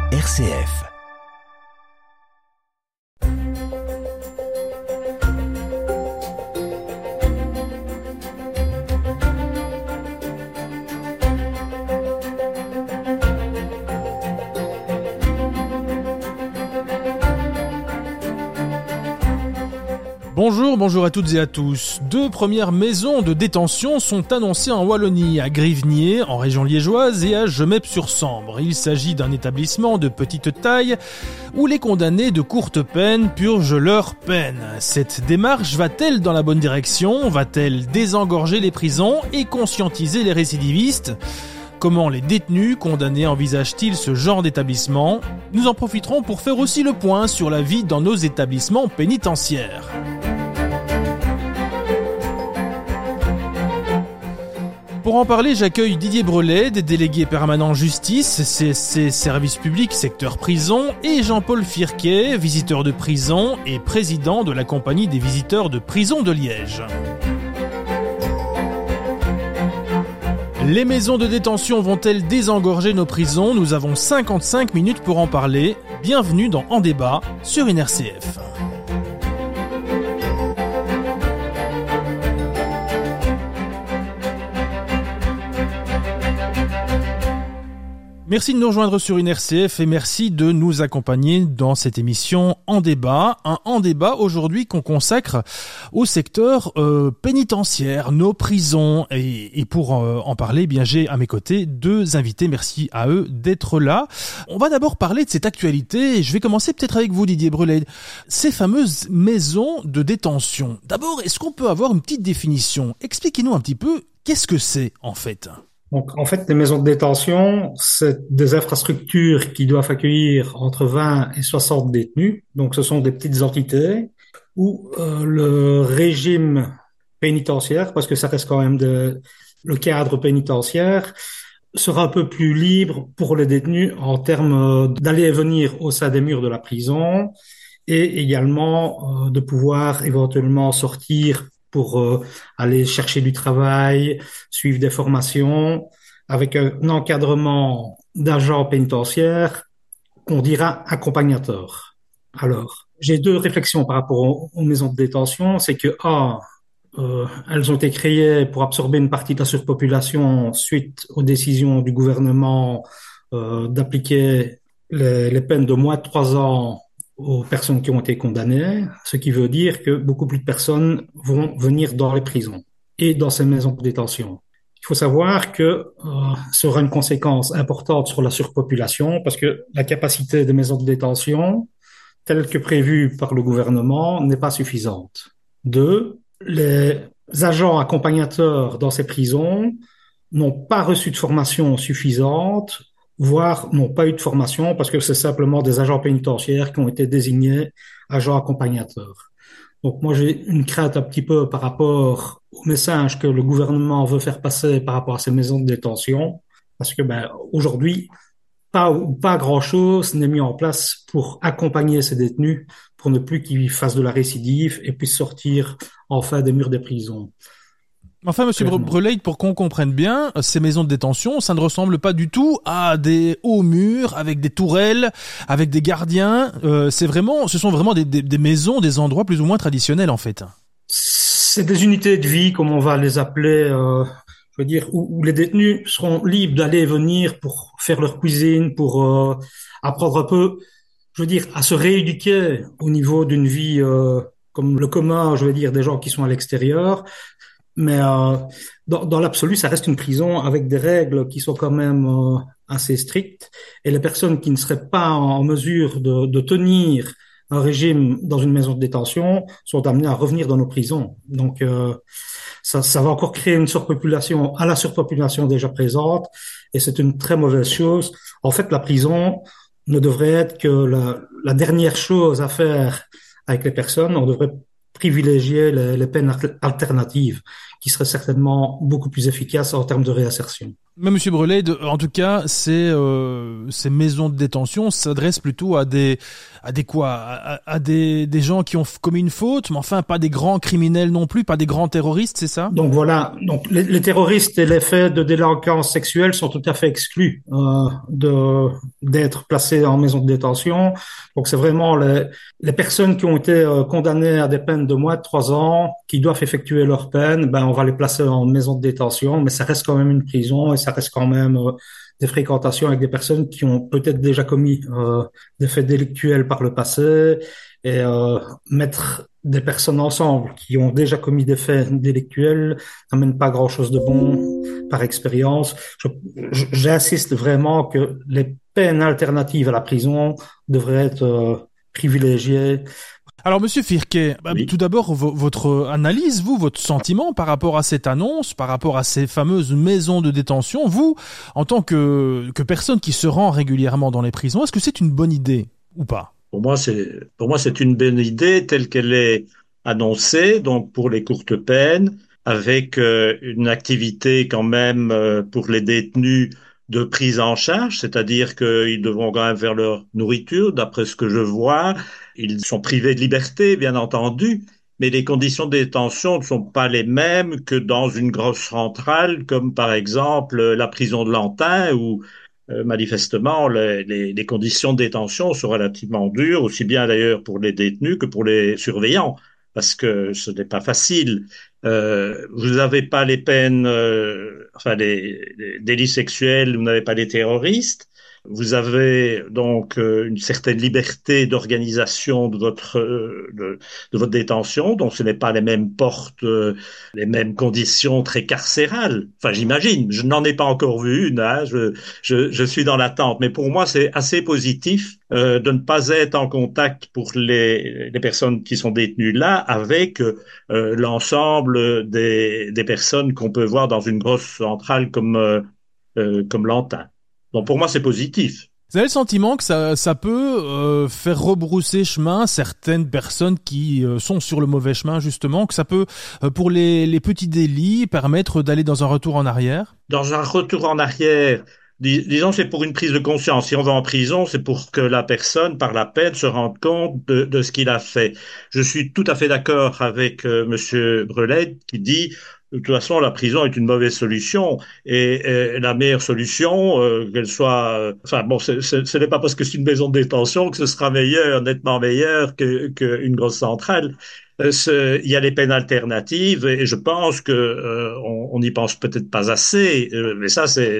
RCF. Bonjour à toutes et à tous. 2 premières maisons de détention sont annoncées en Wallonie, à Grivnier, en région liégeoise, et à Gemep-sur-Sambre. Il s'agit d'un établissement de petite taille où les condamnés de courte peine purgent leur peine. Cette démarche va-t-elle dans la bonne direction ? Va-t-elle désengorger les prisons et conscientiser les récidivistes ? Comment les détenus condamnés envisagent-ils ce genre d'établissement ? Nous en profiterons pour faire aussi le point sur la vie dans nos établissements pénitentiaires. Pour en parler, j'accueille Didier Brelet, délégué permanent justice, CSC Service Public, secteur prison, et Jean-Paul Firquet, visiteur de prison et président de la compagnie des visiteurs de prison de Liège. Les maisons de détention vont-elles désengorger nos prisons ? Nous avons 55 minutes pour en parler. Bienvenue dans En débat sur RCF. Merci de nous rejoindre sur une RCF et merci de nous accompagner dans cette émission En débat. Un En débat aujourd'hui qu'on consacre au secteur pénitentiaire, nos prisons. Et pour en parler, eh bien j'ai à mes côtés 2 invités. Merci à eux d'être là. On va d'abord parler de cette actualité. Je vais commencer peut-être avec vous, Didier Brelet. Ces fameuses maisons de détention. D'abord, est-ce qu'on peut avoir une petite définition ? Expliquez-nous un petit peu, qu'est-ce que c'est en fait ? Donc, en fait, les maisons de détention, c'est des infrastructures qui doivent accueillir entre 20 et 60 détenus. Donc, ce sont des petites entités où le régime pénitentiaire, parce que ça reste quand même le cadre pénitentiaire, sera un peu plus libre pour les détenus en termes d'aller et venir au sein des murs de la prison et également de pouvoir éventuellement sortir pour aller chercher du travail, suivre des formations, avec un encadrement d'agents pénitentiaires qu'on dira accompagnateurs. Alors, j'ai 2 réflexions par rapport aux maisons de détention. C'est que, elles ont été créées pour absorber une partie de la surpopulation suite aux décisions du gouvernement d'appliquer les peines de moins de 3 ans aux personnes qui ont été condamnées, ce qui veut dire que beaucoup plus de personnes vont venir dans les prisons et dans ces maisons de détention. Il faut savoir que ça aura une conséquence importante sur la surpopulation parce que la capacité des maisons de détention, telle que prévue par le gouvernement, n'est pas suffisante. 2, les agents accompagnateurs dans ces prisons n'ont pas reçu de formation suffisante, voire n'ont pas eu de formation parce que c'est simplement des agents pénitentiaires qui ont été désignés agents accompagnateurs. Donc moi j'ai une crainte un petit peu par rapport au message que le gouvernement veut faire passer par rapport à ces maisons de détention, parce que aujourd'hui pas grand-chose n'est mis en place pour accompagner ces détenus pour ne plus qu'ils fassent de la récidive et puissent sortir enfin des murs des prisons. Enfin, monsieur Brelet, pour qu'on comprenne bien, ces maisons de détention, ça ne ressemble pas du tout à des hauts murs avec des tourelles, avec des gardiens. Ce sont vraiment des maisons, des endroits plus ou moins traditionnels en fait. C'est des unités de vie, comme on va les appeler, où les détenus seront libres d'aller et venir pour faire leur cuisine, pour apprendre un peu, à se rééduquer au niveau d'une vie comme le commun, des gens qui sont à l'extérieur. Mais dans l'absolu, ça reste une prison avec des règles qui sont quand même assez strictes. Et les personnes qui ne seraient pas en mesure de tenir un régime dans une maison de détention sont amenées à revenir dans nos prisons. Donc ça va encore créer une surpopulation à la surpopulation déjà présente. Et c'est une très mauvaise chose. En fait, la prison ne devrait être que la dernière chose à faire avec les personnes. On devrait privilégier les peines alternatives qui seraient certainement beaucoup plus efficaces en termes de réinsertion. Mais Monsieur Brelet, en tout cas, ces maisons de détention s'adressent plutôt à des quoi, à des gens qui ont commis une faute, mais enfin pas des grands criminels non plus, pas des grands terroristes, c'est ça? Donc voilà, donc les terroristes et les faits de délinquance sexuelle sont tout à fait exclus d'être placés en maison de détention. Donc c'est vraiment les personnes qui ont été condamnées à des peines de moins de 3 ans, qui doivent effectuer leur peine, ben on va les placer en maison de détention, mais ça reste quand même une prison et ça reste quand même des fréquentations avec des personnes qui ont peut-être déjà commis des faits délictuels par le passé et mettre des personnes ensemble qui ont déjà commis des faits délictuels n'amène pas grand-chose de bon par expérience. J'insiste vraiment que les peines alternatives à la prison devraient être privilégiées. Alors, Monsieur Firquet, Oui. tout d'abord, votre analyse, votre sentiment par rapport à cette annonce, par rapport à ces fameuses maisons de détention, vous, en tant que personne qui se rend régulièrement dans les prisons, est-ce que c'est une bonne idée ou pas? Pour moi, c'est une bonne idée telle qu'elle est annoncée, donc pour les courtes peines, avec une activité quand même pour les détenus de prise en charge, c'est-à-dire qu'ils devront quand même faire leur nourriture, d'après ce que je vois. Ils sont privés de liberté, bien entendu, mais les conditions de détention ne sont pas les mêmes que dans une grosse centrale, comme par exemple la prison de Lantin, où manifestement, les conditions de détention sont relativement dures, aussi bien d'ailleurs pour les détenus que pour les surveillants, parce que ce n'est pas facile. Vous n'avez pas les peines, enfin les délits sexuels, vous n'avez pas les terroristes. Vous avez donc une certaine liberté d'organisation de votre détention, donc ce n'est pas les mêmes portes, les mêmes conditions très carcérales. Enfin, j'imagine. Je n'en ai pas encore vu une. Hein. Je suis dans l'attente, mais pour moi, c'est assez positif de ne pas être en contact pour les personnes qui sont détenues là avec l'ensemble des personnes qu'on peut voir dans une grosse centrale comme Lantin. Donc pour moi, c'est positif. Vous avez le sentiment que ça peut faire rebrousser chemin certaines personnes qui sont sur le mauvais chemin, justement, que ça peut, pour les petits délits, permettre d'aller dans un retour en arrière? Dans un retour en arrière, disons, c'est pour une prise de conscience. Si on va en prison, c'est pour que la personne, par la peine, se rende compte de ce qu'il a fait. Je suis tout à fait d'accord avec Monsieur Brelet qui dit de toute façon, la prison est une mauvaise solution et la meilleure solution, qu'elle soit, enfin bon, ce n'est pas parce que c'est une maison de détention que ce sera meilleur, nettement meilleur qu'une grosse centrale. Il y a les peines alternatives et je pense que on n'y pense peut-être pas assez, mais ça c'est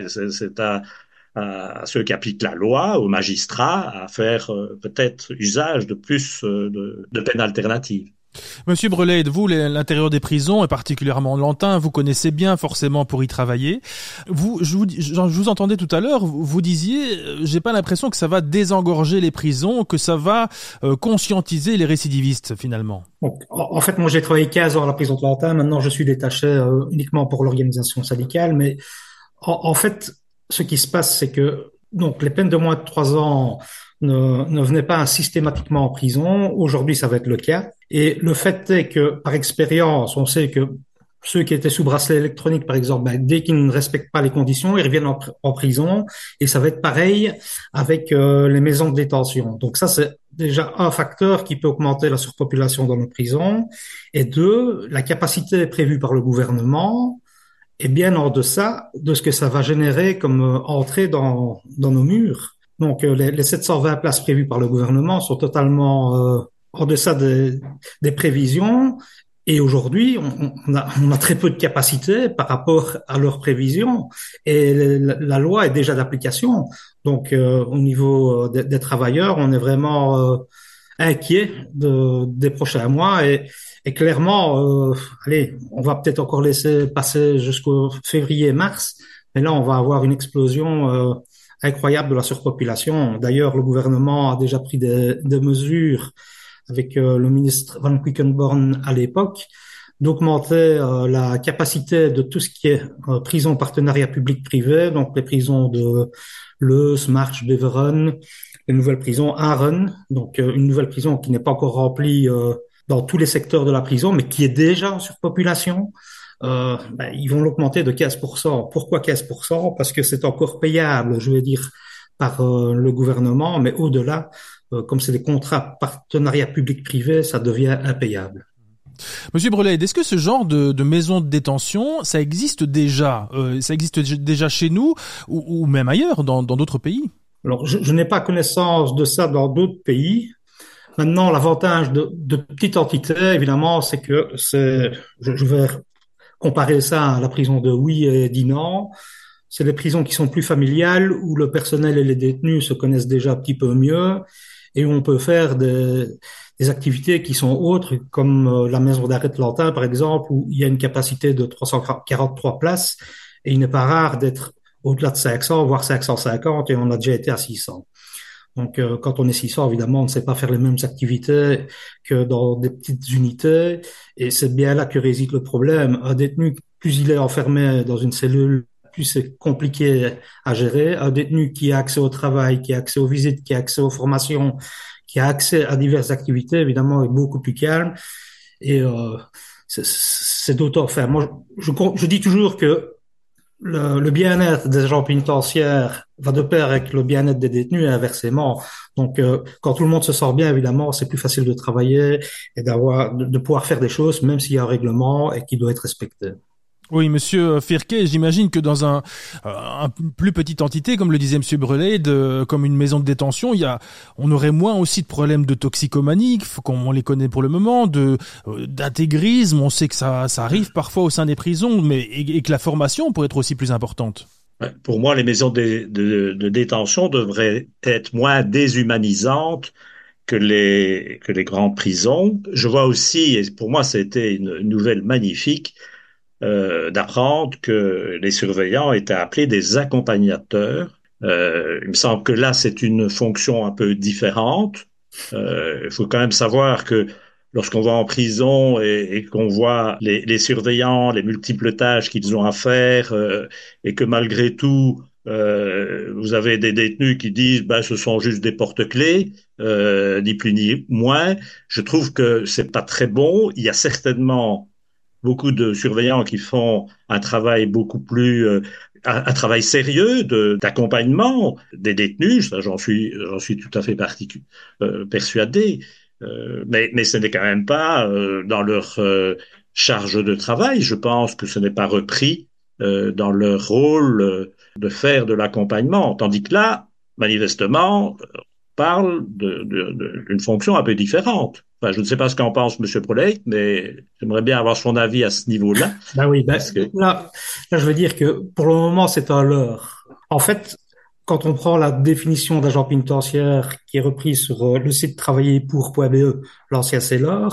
à ceux qui appliquent la loi, aux magistrats, à faire peut-être usage de plus de peines alternatives. Monsieur Brelet, vous, l'intérieur des prisons, et particulièrement Lantin, vous connaissez bien forcément pour y travailler. Je vous entendais tout à l'heure, vous disiez, j'ai pas l'impression que ça va désengorger les prisons, que ça va conscientiser les récidivistes finalement. Donc, en fait, moi j'ai travaillé 15 ans à la prison de Lantin, maintenant je suis détaché uniquement pour l'organisation syndicale, mais en fait, ce qui se passe, c'est que donc les peines de moins de 3 ans ne venaient pas systématiquement en prison. Aujourd'hui, ça va être le cas. Et le fait est que, par expérience, on sait que ceux qui étaient sous bracelet électronique, par exemple, ben, dès qu'ils ne respectent pas les conditions, ils reviennent en prison. Et ça va être pareil avec les maisons de détention. Donc ça, c'est déjà un facteur qui peut augmenter la surpopulation dans nos prisons. Et deux, la capacité prévue par le gouvernement est bien en deçà de ce que ça va générer comme entrée dans nos murs. Donc, les 720 places prévues par le gouvernement sont totalement en deçà des prévisions. Et aujourd'hui, on a très peu de capacité par rapport à leurs prévisions. Et la loi est déjà d'application. Donc, au niveau des travailleurs, on est vraiment inquiet des prochains mois. Et clairement, allez, on va peut-être encore laisser passer jusqu'au février-mars. Mais là, on va avoir une explosion incroyable de la surpopulation. D'ailleurs, le gouvernement a déjà pris des mesures avec le ministre Van Quickenborne à l'époque d'augmenter la capacité de tout ce qui est prison partenariat public-privé, donc les prisons de Leuze, Marche, Beveren, les nouvelles prisons Aren, donc une nouvelle prison qui n'est pas encore remplie dans tous les secteurs de la prison, mais qui est déjà en surpopulation. ils vont l'augmenter de 15%. Pourquoi 15%? Parce que c'est encore payable, je vais dire, par le gouvernement, mais au-delà, comme c'est des contrats partenariat public-privé, ça devient impayable. Monsieur Brelet, est-ce que ce genre de maison de détention, ça existe déjà ça existe déjà chez nous ou même ailleurs, dans d'autres pays? Alors, je n'ai pas connaissance de ça dans d'autres pays. Maintenant, l'avantage de petites entités, évidemment, c'est que je vais comparer ça à la prison de Oui et d'Inan. C'est les prisons qui sont plus familiales, où le personnel et les détenus se connaissent déjà un petit peu mieux et où on peut faire des activités qui sont autres, comme la maison d'arrêt de Lantin, par exemple, où il y a une capacité de 343 places et il n'est pas rare d'être au-delà de 500, voire 550, et on a déjà été à 600. Donc, quand on est 600, évidemment, on ne sait pas faire les mêmes activités que dans des petites unités, et c'est bien là que réside le problème. Un détenu, plus il est enfermé dans une cellule, plus c'est compliqué à gérer. Un détenu qui a accès au travail, qui a accès aux visites, qui a accès aux formations, qui a accès à diverses activités, évidemment, est beaucoup plus calme. Et c'est d'autant. Enfin, moi, je dis toujours que le bien-être des agents pénitentiaires va de pair avec le bien-être des détenus et inversement. Donc, quand tout le monde se sort bien, évidemment, c'est plus facile de travailler et de pouvoir faire des choses, même s'il y a un règlement et qui doit être respecté. Oui, monsieur Firquet, j'imagine que dans un plus petite entité, comme le disait monsieur Brelet, comme une maison de détention, on aurait moins aussi de problèmes de toxicomanie, comme on les connaît pour le moment, d'intégrisme. On sait que ça arrive parfois au sein des prisons, mais et que la formation pourrait être aussi plus importante. Ouais, pour moi, les maisons de détention devraient être moins déshumanisantes que les grandes prisons. Je vois aussi, et pour moi, c'était une nouvelle magnifique, d'apprendre que les surveillants étaient appelés des accompagnateurs. Il me semble que là, c'est une fonction un peu différente. Il faut quand même savoir que lorsqu'on va en prison et qu'on voit les surveillants, les multiples tâches qu'ils ont à faire, et que malgré tout, vous avez des détenus qui disent ben, ce sont juste des porte-clés, ni plus ni moins. Je trouve que c'est pas très bon. Il y a certainement beaucoup de surveillants qui font un travail beaucoup plus, un travail sérieux d'accompagnement des détenus. Ça, j'en suis tout à fait persuadé. Mais ce n'est quand même pas dans leur charge de travail. Je pense que ce n'est pas repris dans leur rôle de faire de l'accompagnement. Tandis que là, manifestement, on parle d'une fonction un peu différente. Enfin, je ne sais pas ce qu'en pense Monsieur Prolet, mais j'aimerais bien avoir son avis à ce niveau-là. Ben oui, Parce que, là, je veux dire que pour le moment, c'est un leurre. En fait, quand on prend la définition d'agent pénitentiaire qui est reprise sur le site travaillerpour.be, l'ancien Célor,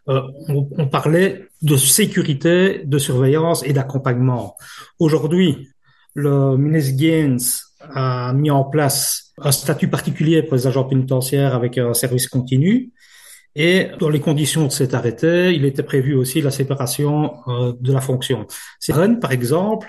on parlait de sécurité, de surveillance et d'accompagnement. Aujourd'hui, le ministre Gaines a mis en place un statut particulier pour les agents pénitentiaires avec un service continu. Et dans les conditions de cet arrêté, il était prévu aussi la séparation de la fonction. C'est Rennes, par exemple,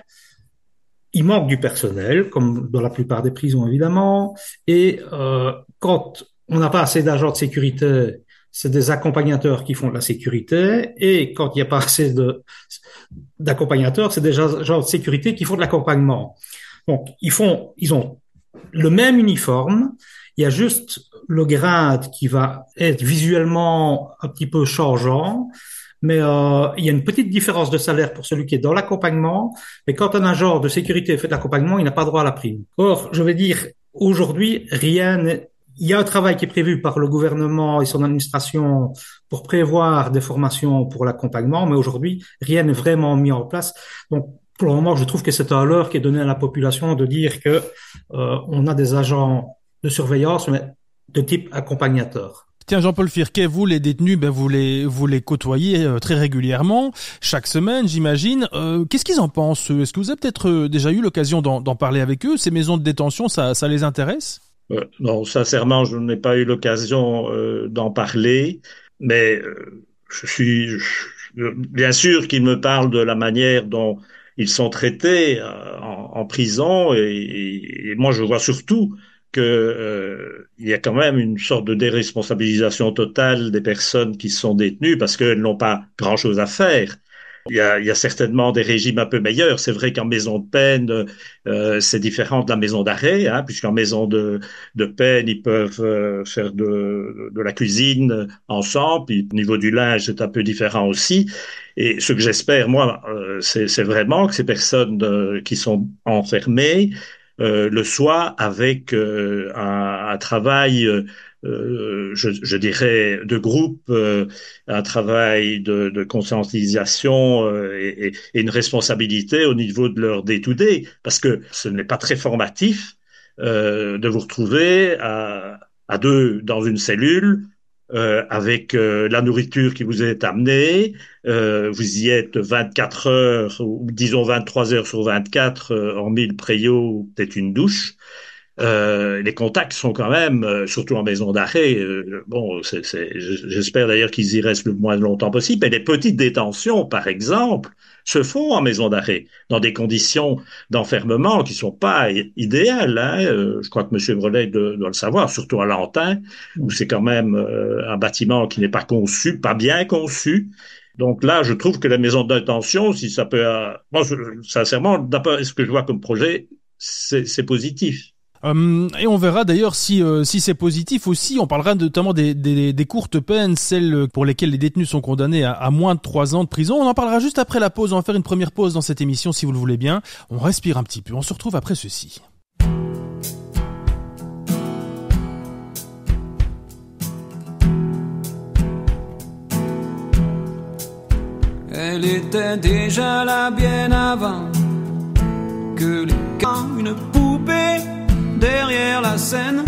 il manque du personnel, comme dans la plupart des prisons évidemment, et quand on n'a pas assez d'agents de sécurité, c'est des accompagnateurs qui font de la sécurité, et quand il n'y a pas assez d'accompagnateurs, c'est des agents de sécurité qui font de l'accompagnement. Donc ils ont le même uniforme, il y a juste le grade qui va être visuellement un petit peu changeant, mais il y a une petite différence de salaire pour celui qui est dans l'accompagnement. Mais quand un agent de sécurité fait de l'accompagnement, il n'a pas droit à la prime. Or, je vais dire, aujourd'hui, il y a un travail qui est prévu par le gouvernement et son administration pour prévoir des formations pour l'accompagnement, mais aujourd'hui, rien n'est vraiment mis en place. Donc, pour le moment, je trouve que c'est un leurre qui est donné à la population de dire que on a des agents de surveillance, mais de type accompagnateur. Tiens, Jean-Paul Firquet, vous, les détenus, vous les côtoyez très régulièrement, chaque semaine, j'imagine. Qu'est-ce qu'ils en pensent? Est-ce que vous avez peut-être déjà eu l'occasion d'en parler avec eux? Ces maisons de détention, ça les intéresse? non, sincèrement, je n'ai pas eu l'occasion d'en parler, mais bien sûr qu'ils me parlent de la manière dont ils sont traités en prison, et moi, je vois surtout que il y a quand même une sorte de déresponsabilisation totale des personnes qui sont détenues parce qu'elles n'ont pas grand-chose à faire. Il y a certainement des régimes un peu meilleurs. C'est vrai qu'en maison de peine, c'est différent de la maison d'arrêt, hein, puisqu'en maison de peine, ils peuvent faire de la cuisine ensemble. Puis au niveau du linge, c'est un peu différent aussi. Et ce que j'espère, moi, c'est vraiment que ces personnes qui sont enfermées le soient avec un travail je dirais, de groupe, un travail de conscientisation et une responsabilité au niveau de leur day-to-day, parce que ce n'est pas très formatif de vous retrouver à deux dans une cellule avec la nourriture qui vous est amenée, vous y êtes 24 heures, ou disons 23 heures sur 24 en 1000 préaux, peut-être une douche. Les contacts sont quand même, surtout en maison d'arrêt, j'espère d'ailleurs qu'ils y restent le moins longtemps possible, mais les petites détentions, par exemple, se font en maison d'arrêt, dans des conditions d'enfermement qui sont pas idéales. Hein. Je crois que M. Brelet doit le savoir, surtout à Lantin, où c'est quand même un bâtiment qui n'est pas conçu, pas bien conçu. Donc là, je trouve que la maison de détention, si ça peut... moi, sincèrement, d'après ce que je vois comme projet, c'est positif. Et on verra d'ailleurs si c'est positif aussi. On parlera notamment des courtes peines, celles pour lesquelles les détenus sont condamnés à moins de 3 ans de prison. On en parlera juste après la pause. On va faire une première pause dans cette émission si vous le voulez bien. On respire un petit peu. On se retrouve après ceci. Elle était déjà là bien avant que les gars, une poupée derrière la scène.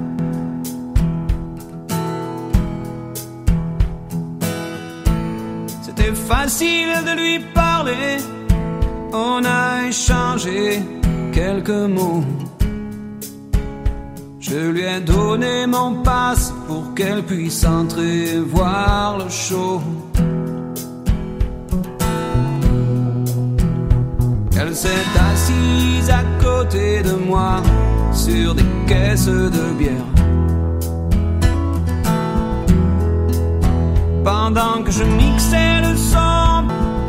C'était facile de lui parler. On a échangé quelques mots. Je lui ai donné mon passe pour qu'elle puisse entrer voir le show. Elle s'est assise à côté de moi sur des caisses de bière. Pendant que je mixais le son,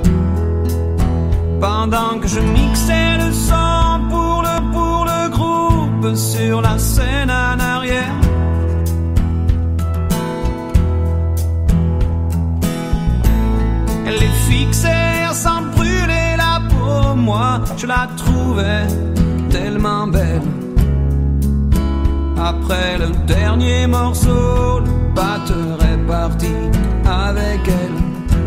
pendant que je mixais le son pour le groupe sur la scène en arrière. Elle les fixait sans brûler la peau, moi je la trouvais tellement belle. Après le dernier morceau, le batteur est parti avec elle.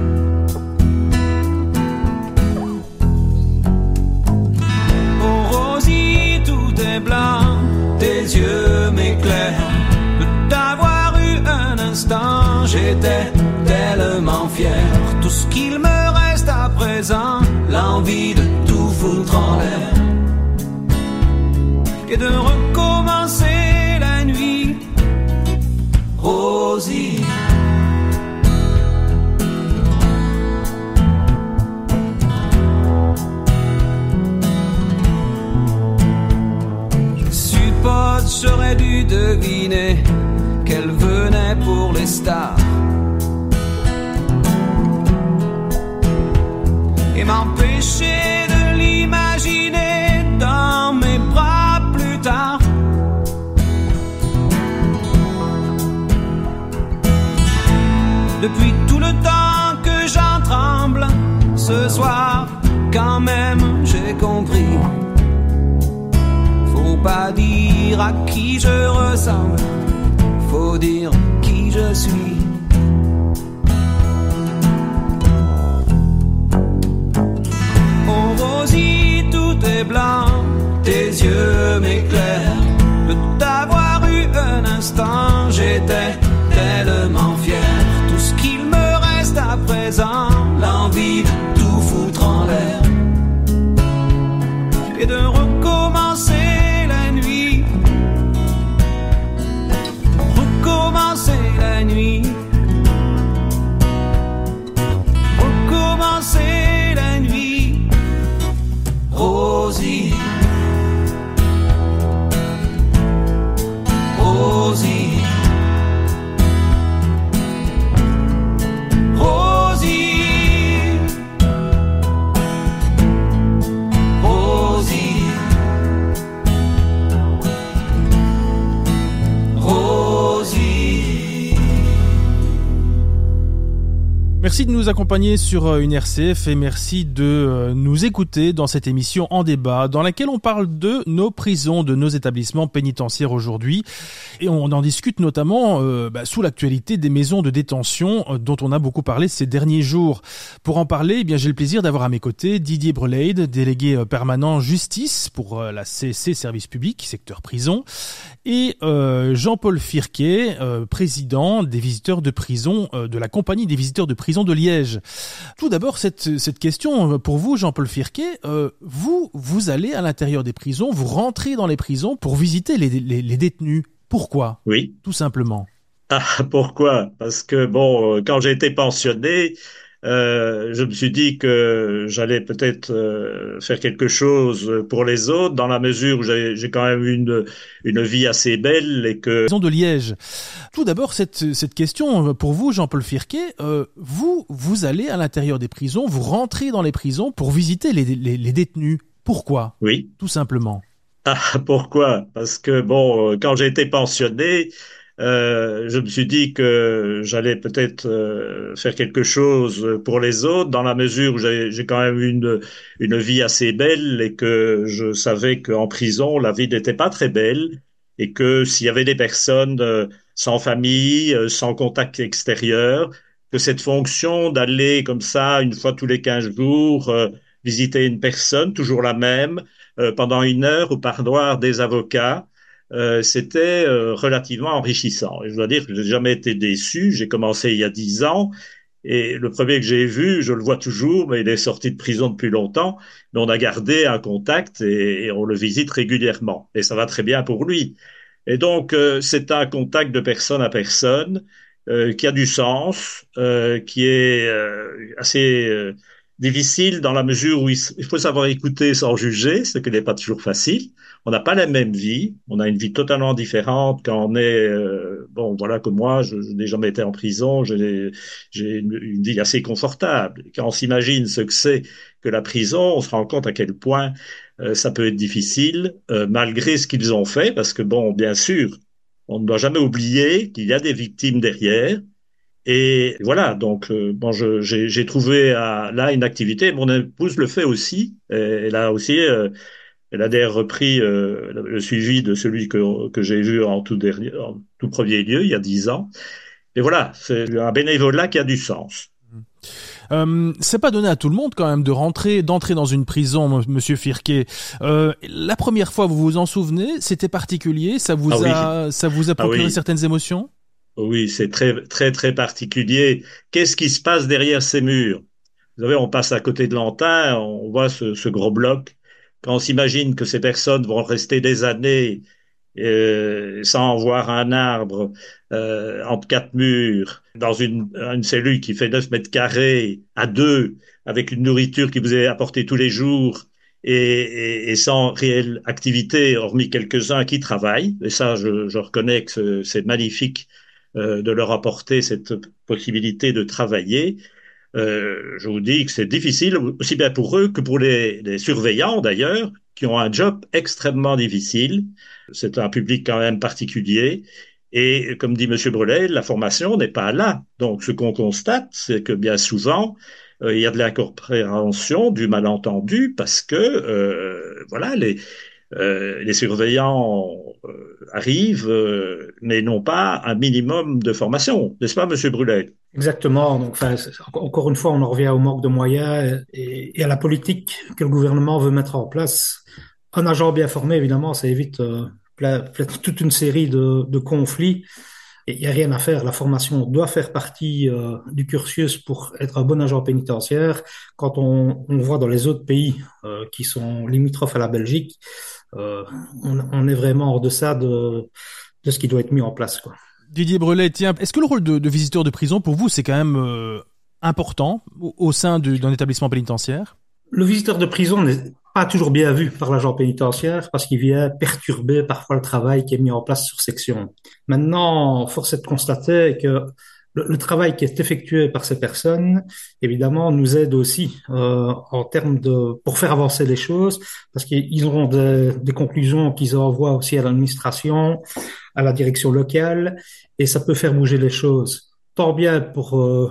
Oh Rosie, tout est blanc, tes yeux m'éclairent. De t'avoir eu un instant, j'étais tellement fier. Tout ce qu'il me reste à présent, l'envie de tout foutre en l'air et de recommencer la nuit, Rosie. Je suppose j'aurais dû deviner qu'elle venait pour les stars et m'empêcher de l'imaginer dans mes bras plus tard. Depuis tout le temps que j'en tremble, ce soir, quand même, j'ai compris. Faut pas dire à qui je ressemble, faut dire qui je suis. Oh Rosie, tout est blanc, tes yeux m'éclairent. De t'avoir eu un instant, j'étais tellement fier. Tout ce qu'il me reste à présent, l'envie de tout foutre en l'air et de recommencer la nuit. Recommencer la nuit. Recommencer la nuit, Rosie. Merci de nous accompagner sur une RCF et merci de nous écouter dans cette émission En débat dans laquelle on parle de nos prisons, de nos établissements pénitentiaires aujourd'hui et on en discute notamment sous l'actualité des maisons de détention dont on a beaucoup parlé ces derniers jours. Pour en parler, eh bien, j'ai le plaisir d'avoir à mes côtés Didier Brelade, délégué permanent justice pour la CC Service Public, secteur prison, et Jean-Paul Firquet, président des visiteurs de prison, de la compagnie des visiteurs de prison de Liège. Tout d'abord, cette question pour vous, Jean-Paul Firquet, vous allez à l'intérieur des prisons, vous rentrez dans les prisons pour visiter les détenus. Pourquoi ? Oui. Tout simplement. Ah, pourquoi? Parce que quand j'ai été pensionné, je me suis dit que j'allais peut-être faire quelque chose pour les autres, dans la mesure où j'ai quand même une vie assez belle et que... Prison de Liège. Tout d'abord, cette question pour vous, Jean-Paul Firquet, vous allez à l'intérieur des prisons, vous rentrez dans les prisons pour visiter les détenus. Pourquoi ? Oui. Tout simplement. Ah, pourquoi? Parce que quand j'ai été pensionné, je me suis dit que j'allais peut-être faire quelque chose pour les autres, dans la mesure où j'ai quand même une vie assez belle et que je savais qu'en prison, la vie n'était pas très belle et que s'il y avait des personnes sans famille, sans contact extérieur, que cette fonction d'aller comme ça, une fois tous les 15 jours, visiter une personne, toujours la même, pendant 1 heure au parloir des avocats, c'était relativement enrichissant. Et je dois dire que je n'ai jamais été déçu. J'ai commencé il y a 10 ans et le premier que j'ai vu, je le vois toujours, mais il est sorti de prison depuis longtemps. Mais on a gardé un contact et on le visite régulièrement. Et ça va très bien pour lui. Et donc, c'est un contact de personne à personne qui a du sens, qui est assez difficile dans la mesure où il faut savoir écouter sans juger, ce qui n'est pas toujours facile. On n'a pas la même vie, on a une vie totalement différente quand on est, voilà, comme moi, je n'ai jamais été en prison, j'ai une vie assez confortable. Quand on s'imagine ce que c'est que la prison, on se rend compte à quel point ça peut être difficile, malgré ce qu'ils ont fait, parce que bien sûr, on ne doit jamais oublier qu'il y a des victimes derrière. Et voilà, donc j'ai trouvé là une activité. Mon épouse le fait aussi. Elle a aussi, elle a d'ailleurs repris le suivi de celui que j'ai vu en tout premier lieu, il y a 10 ans. Et voilà, c'est un bénévolat qui a du sens. C'est pas donné à tout le monde quand même d'entrer dans une prison, Monsieur Firquet. La première fois, vous vous en souvenez, c'était particulier, ça vous a procuré certaines émotions? Oui, c'est très, très, très particulier. Qu'est-ce qui se passe derrière ces murs? Vous savez, on passe à côté de l'Antin, on voit ce gros bloc. Quand on s'imagine que ces personnes vont rester des années sans voir un arbre entre 4 murs, dans une cellule qui fait 9 mètres carrés, à 2, avec une nourriture qui vous est apportée tous les jours, et sans réelle activité, hormis quelques-uns qui travaillent. Et ça, je reconnais que c'est magnifique de leur apporter cette possibilité de travailler. Je vous dis que c'est difficile, aussi bien pour eux que pour les surveillants d'ailleurs, qui ont un job extrêmement difficile. C'est un public quand même particulier. Et comme dit M. Brelade, la formation n'est pas là. Donc ce qu'on constate, c'est que bien souvent, il y a de l'incompréhension, du malentendu, parce que les surveillants arrivent, mais n'ont pas un minimum de formation. N'est-ce pas, M. Brelade? Exactement. Donc, encore une fois, on en revient au manque de moyens et à la politique que le gouvernement veut mettre en place. Un agent bien formé, évidemment, ça évite toute une série de conflits. Et il n'y a rien à faire. La formation doit faire partie du cursus pour être un bon agent pénitentiaire. Quand on voit dans les autres pays qui sont limitrophes à la Belgique, on est vraiment en deçà de ce qui doit être mis en place, quoi. Didier Brelade, tiens, est-ce que le rôle de visiteur de prison, pour vous, c'est quand même important au sein d'un établissement pénitentiaire? Le visiteur de prison n'est pas toujours bien vu par l'agent pénitentiaire parce qu'il vient perturber parfois le travail qui est mis en place sur section. Maintenant, force est de constater que le travail qui est effectué par ces personnes, évidemment, nous aide aussi en termes pour faire avancer les choses, parce qu'ils auront des conclusions qu'ils envoient aussi à l'administration, à la direction locale, et ça peut faire bouger les choses, tant bien pour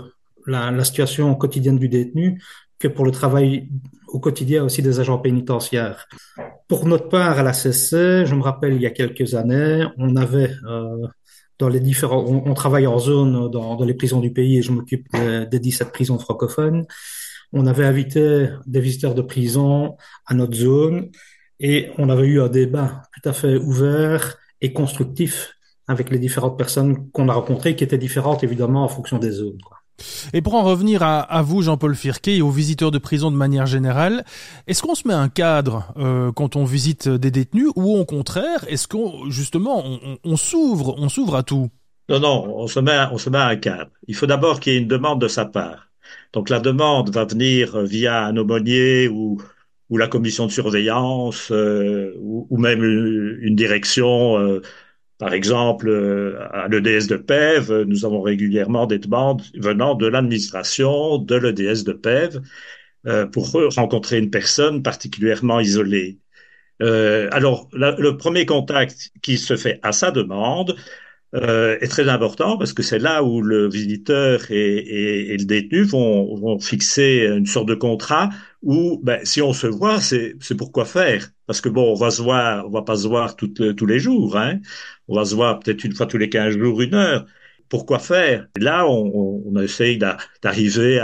la situation quotidienne du détenu que pour le travail au quotidien aussi des agents pénitentiaires. Pour notre part, à la CC, je me rappelle il y a quelques années, on avait dans les différents, on travaille en zone dans les prisons du pays et je m'occupe des 17 prisons francophones. On avait invité des visiteurs de prison à notre zone et on avait eu un débat tout à fait ouvert et constructif avec les différentes personnes qu'on a rencontrées, qui étaient différentes évidemment en fonction des zones, quoi. Et pour en revenir à vous, Jean-Paul Firquet, et aux visiteurs de prison de manière générale, est-ce qu'on se met un cadre quand on visite des détenus, ou au contraire, est-ce qu'on justement on s'ouvre à tout? Non, non, on se met à un cadre. Il faut d'abord qu'il y ait une demande de sa part. Donc la demande va venir via un aumônier ou la commission de surveillance ou même une direction. Par exemple, à l'EDS de Pève, nous avons régulièrement des demandes venant de l'administration de l'EDS de Pève pour rencontrer une personne particulièrement isolée. Alors, le premier contact qui se fait à sa demande est très important parce que c'est là où le visiteur et le détenu vont fixer une sorte de contrat où, ben, si on se voit, c'est pour quoi faire. Parce que bon, on va pas se voir tous les jours, hein. On va se voir peut-être une fois tous les 15 jours, une heure. Pourquoi faire? Et là, on essaye d'arriver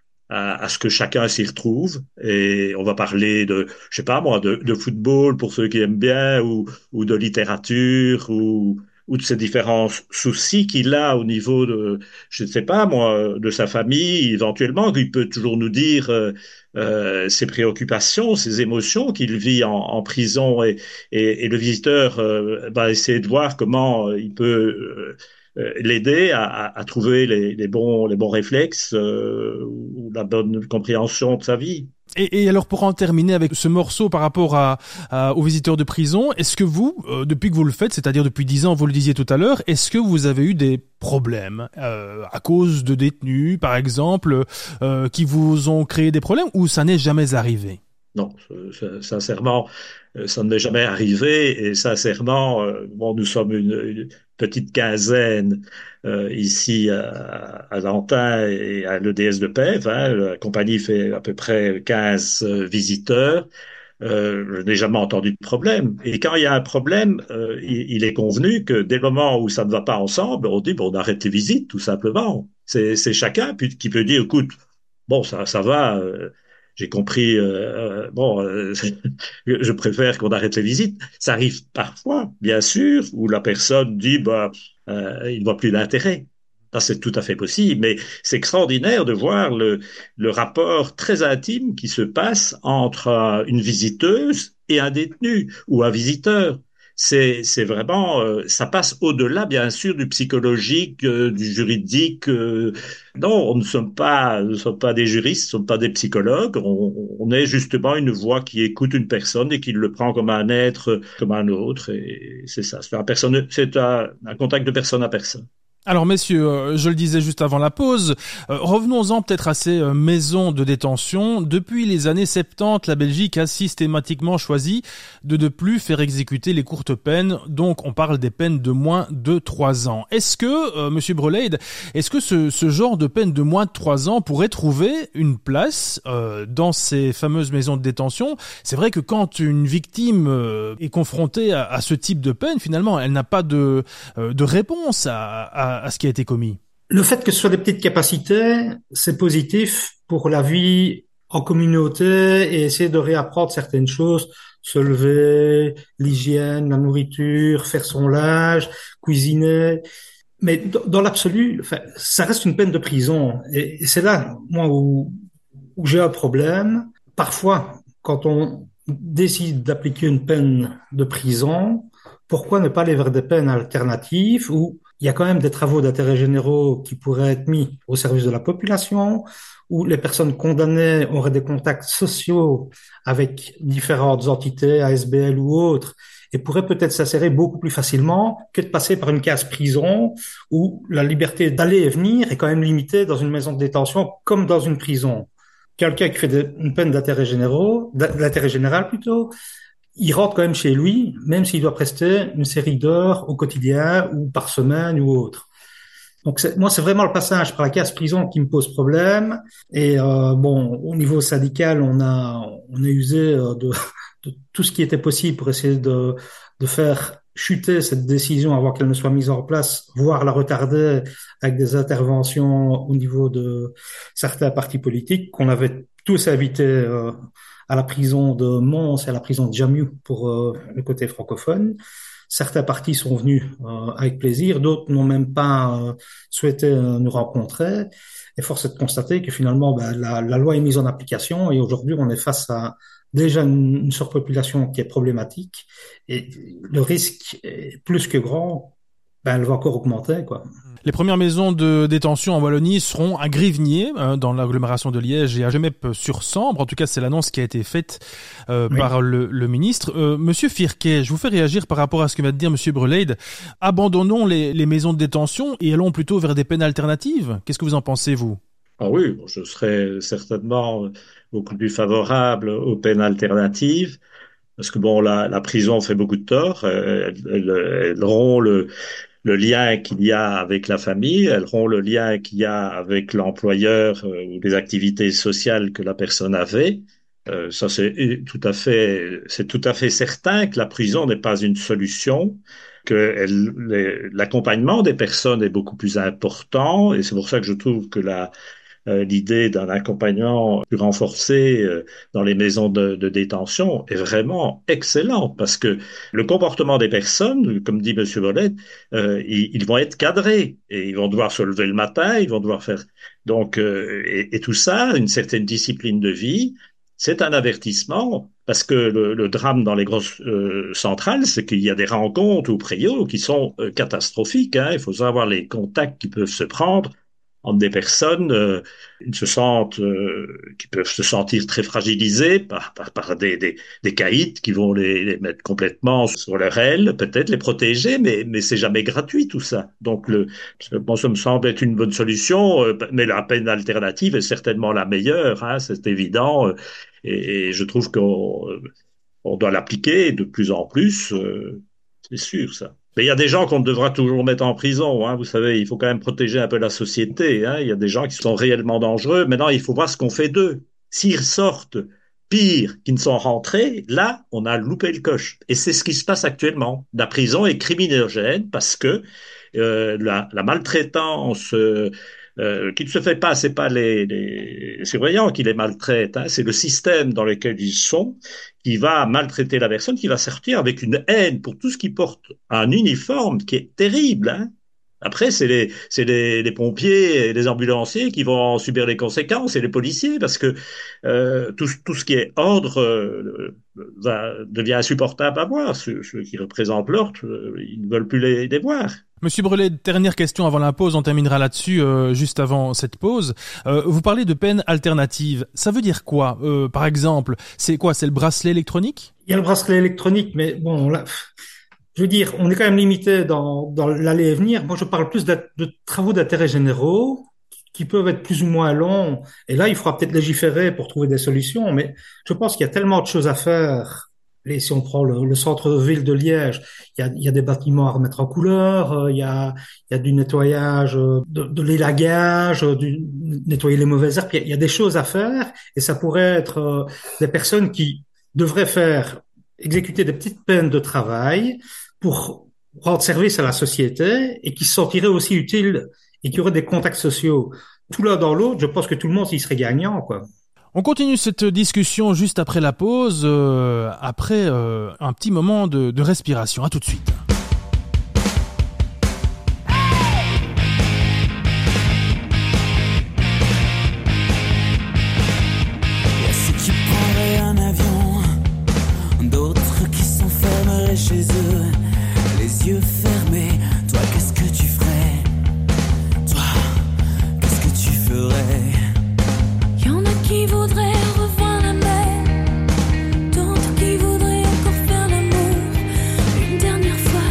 à ce que chacun s'y retrouve et on va parler de, je sais pas moi, de football pour ceux qui aiment bien ou de littérature ou de ces différents soucis qu'il a au niveau de, je ne sais pas moi, de sa famille, éventuellement, il peut toujours nous dire ses préoccupations, ses émotions qu'il vit en prison et le visiteur va essayer de voir comment il peut l'aider à trouver les bons réflexes ou la bonne compréhension de sa vie. Et alors pour en terminer avec ce morceau par rapport aux visiteurs de prison, est-ce que vous, depuis que vous le faites, c'est-à-dire depuis 10 ans, vous le disiez tout à l'heure, est-ce que vous avez eu des problèmes à cause de détenus, par exemple, qui vous ont créé des problèmes ou ça n'est jamais arrivé? Non, sincèrement, ça ne m'est jamais arrivé et sincèrement, bon, nous sommes une petite quinzaine ici à Lantin et à l'EDS de Pève. Hein, la compagnie fait à peu près 15 visiteurs. Je n'ai jamais entendu de problème. Et quand il y a un problème, il est convenu que dès le moment où ça ne va pas ensemble, on dit bon, on arrête les visites, tout simplement. C'est chacun qui peut dire, écoute, bon, ça va. J'ai compris. Bon, je préfère qu'on arrête les visites. Ça arrive parfois, bien sûr, où la personne dit, bah, il ne voit plus l'intérêt. Ça, c'est tout à fait possible, mais c'est extraordinaire de voir le rapport très intime qui se passe entre une visiteuse et un détenu ou un visiteur. C'est vraiment, ça passe au-delà, bien sûr, du psychologique, du juridique. Non, nous ne sommes pas des juristes, nous ne sommes pas des psychologues. On est justement une voix qui écoute une personne et qui le prend comme un être, comme un autre. Et c'est ça. C'est un contact de personne à personne. Alors messieurs, je le disais juste avant la pause, revenons-en peut-être à ces maisons de détention. Depuis les années 70, la Belgique a systématiquement choisi de ne plus faire exécuter les courtes peines, donc on parle des peines de moins de 3 ans. Est-ce que, monsieur Breleid, est-ce que ce genre de peine de moins de 3 ans pourrait trouver une place dans ces fameuses maisons de détention? C'est vrai que quand une victime est confrontée à ce type de peine, finalement, elle n'a pas de réponse à ce qui a été commis. Le fait que ce soit des petites capacités, c'est positif pour la vie en communauté et essayer de réapprendre certaines choses, se lever, l'hygiène, la nourriture, faire son linge, cuisiner. Mais dans l'absolu, enfin, ça reste une peine de prison. Et c'est là, moi, où j'ai un problème. Parfois, quand on décide d'appliquer une peine de prison, pourquoi ne pas aller vers des peines alternatives où il y a quand même des travaux d'intérêt généraux qui pourraient être mis au service de la population, où les personnes condamnées auraient des contacts sociaux avec différentes entités, ASBL ou autres, et pourraient peut-être s'insérer beaucoup plus facilement que de passer par une case prison où la liberté d'aller et venir est quand même limitée dans une maison de détention comme dans une prison. Quelqu'un qui fait une peine d'intérêt général plutôt, il rentre quand même chez lui, même s'il doit prester une série d'heures au quotidien ou par semaine ou autre. Donc moi, c'est vraiment le passage par la case prison qui me pose problème. Et au niveau syndical, on a usé de tout ce qui était possible pour essayer de faire chuter cette décision avant qu'elle ne soit mise en place, voire la retarder avec des interventions au niveau de certains partis politiques qu'on avait tous invités à la prison de Mons et à la prison de Jammu pour le côté francophone. Certains partis sont venus avec plaisir, d'autres n'ont même pas souhaité nous rencontrer. Et force est de constater que finalement, la loi est mise en application et aujourd'hui, on est face à déjà une surpopulation qui est problématique et le risque est plus que grand, elle va encore augmenter, quoi. Les premières maisons de détention en Wallonie seront à Grivnier, dans l'agglomération de Liège, et à Gemep-sur-Sambre. En tout cas, c'est l'annonce qui a été faite par le ministre. Monsieur Firquet, je vous fais réagir par rapport à ce que vient de dire Monsieur Breleid. Abandonnons les maisons de détention et allons plutôt vers des peines alternatives. Qu'est-ce que vous en pensez, vous? Ah oui, je serais certainement beaucoup plus favorable aux peines alternatives, parce que la prison fait beaucoup de tort. Elle rompt le lien qu'il y a avec la famille, elle rompt le lien qu'il y a avec l'employeur ou les activités sociales que la personne avait. Ça, c'est tout à fait certain que la prison n'est pas une solution, que l'accompagnement des personnes est beaucoup plus important, et c'est pour ça que je trouve que l'idée d'un accompagnement plus renforcé dans les maisons de détention est vraiment excellente, parce que le comportement des personnes, comme dit Monsieur Bollet, ils vont être cadrés et ils vont devoir se lever le matin, ils vont devoir faire donc et tout ça, une certaine discipline de vie. C'est un avertissement, parce que le drame dans les grosses centrales, c'est qu'il y a des rencontres ou prios qui sont catastrophiques. Il faut savoir les contacts qui peuvent se prendre entre des personnes qui peuvent se sentir très fragilisées par des caïds qui vont les mettre complètement sur leur aile, peut-être les protéger, mais c'est jamais gratuit tout ça. Donc bon, ça me semble être une bonne solution, mais la peine alternative est certainement la meilleure, c'est évident, et je trouve qu'on doit l'appliquer de plus en plus, c'est sûr ça. Mais il y a des gens qu'on devra toujours mettre en prison, vous savez, il faut quand même protéger un peu la société, il y a des gens qui sont réellement dangereux. Maintenant, il faut voir ce qu'on fait d'eux. S'ils sortent pire qu'ils ne sont rentrés, là, on a loupé le coche. Et c'est ce qui se passe actuellement. La prison est criminogène parce que la maltraitance qui ne se fait pas, c'est pas les surveillants qui les maltraitent, c'est le système dans lequel ils sont qui va maltraiter la personne, qui va sortir avec une haine pour tout ce qui porte un uniforme qui est terrible. Après, c'est les pompiers et les ambulanciers qui vont en subir les conséquences, et les policiers, parce que tout ce qui est ordre devient insupportable à voir. Ceux qui représentent l'ordre, ils ne veulent plus les voir. Monsieur Brelet, dernière question avant la pause, on terminera là-dessus juste avant cette pause. Vous parlez de peine alternative. Ça veut dire quoi par exemple? C'est quoi? C'est le bracelet électronique? Il y a le bracelet électronique, mais bon, là, je veux dire, on est quand même limité dans l'aller et venir. Moi, je parle plus de travaux d'intérêt généraux qui peuvent être plus ou moins longs. Et là, il faudra peut-être légiférer pour trouver des solutions. Mais je pense qu'il y a tellement de choses à faire. Et si on prend le centre-ville de Liège, il y a des bâtiments à remettre en couleur, il y a du nettoyage, de l'élagage, nettoyer les mauvaises herbes. Il y a des choses à faire, et ça pourrait être des personnes qui devraient exécuter des petites peines de travail pour rendre service à la société, et qui se sentiraient aussi utiles et qui auraient des contacts sociaux. Tout l'un dans l'autre, je pense que tout le monde y serait gagnant, quoi. On continue cette discussion juste après la pause, après un petit moment de respiration. À tout de suite. Il y a ceux qui prendraient un avion, d'autres qui s'enfermeraient chez eux, les yeux fermés. Toi, qu'est-ce que tu ferais? Toi, qu'est-ce que tu ferais? Qui voudrait revoir la mer, d'autres qui voudraient encore faire l'amour une dernière fois.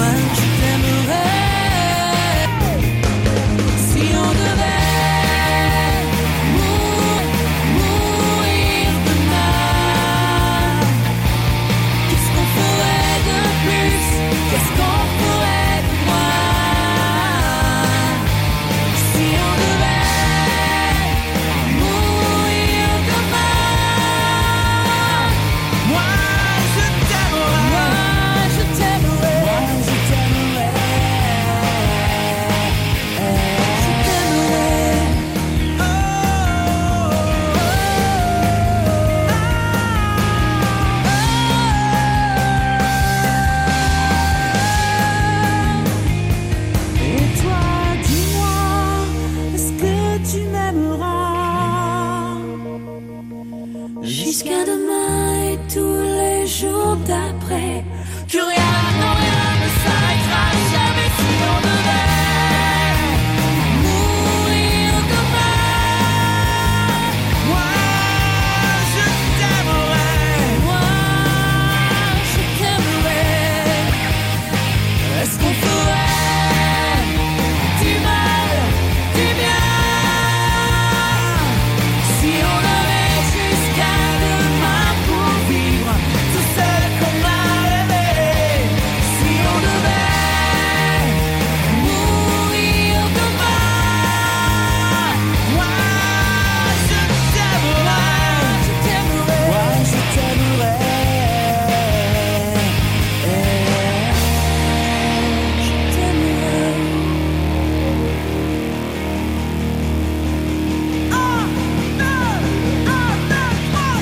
je t'aimerais. Si on devait mourir demain, qu'est-ce qu'on ferait de plus? Qu'est-ce qu'on ferait de moins? Si on devait mourir demain, moi je t'aimerais, moi je t'aimerais, moi je t'aimerais, je t'aimerais. Et toi, dis-moi, est-ce que tu m'aimeras jusqu'à demain et tous les jours d'après? Que rien, non rien ne s'arrêtera jamais si on devait mourir demain. Moi, je t'aimerais. Moi, je t'aimerais. Est-ce qu'on ferait du mal, du bien? Si on avait jusqu'à demain pour vivre tout ce qu'on a rêvé. Si on devait mourir demain, moi je t'aimerais, je t'aimerais, moi je t'aimerais, je t'aimerais. Un, deux, trois,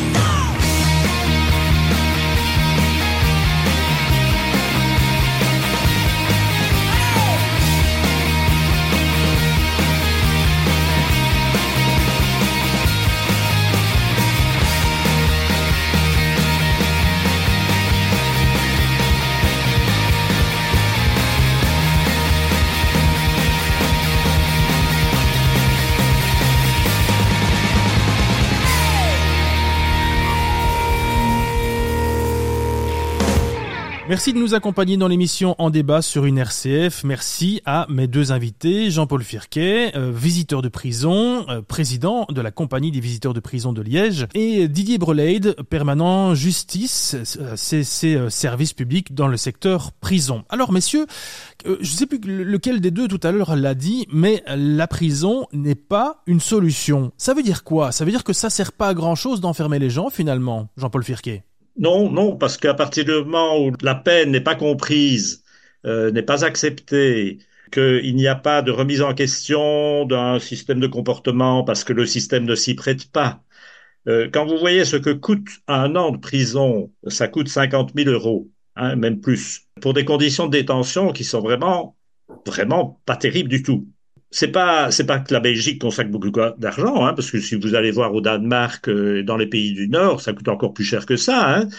Merci de nous accompagner dans l'émission En débat sur une RCF. Merci à mes deux invités, Jean-Paul Firquet, visiteur de prison, président de la compagnie des visiteurs de prison de Liège, et Didier Breleid, permanent justice, services publics dans le secteur prison. Alors messieurs, je sais plus lequel des deux tout à l'heure l'a dit, mais la prison n'est pas une solution. Ça veut dire quoi? Ça veut dire que ça sert pas à grand chose d'enfermer les gens finalement, Jean-Paul Firquet? Non, non, parce qu'à partir du moment où la peine n'est pas comprise, n'est pas acceptée, qu'il n'y a pas de remise en question d'un système de comportement parce que le système ne s'y prête pas. Quand vous voyez ce que coûte un an de prison, ça coûte 50 000 euros, hein, même plus, pour des conditions de détention qui sont vraiment, vraiment pas terribles du tout. C'est pas que la Belgique consacre beaucoup d'argent, hein, parce que si vous allez voir au Danemark, dans les pays du Nord, ça coûte encore plus cher que ça, hein,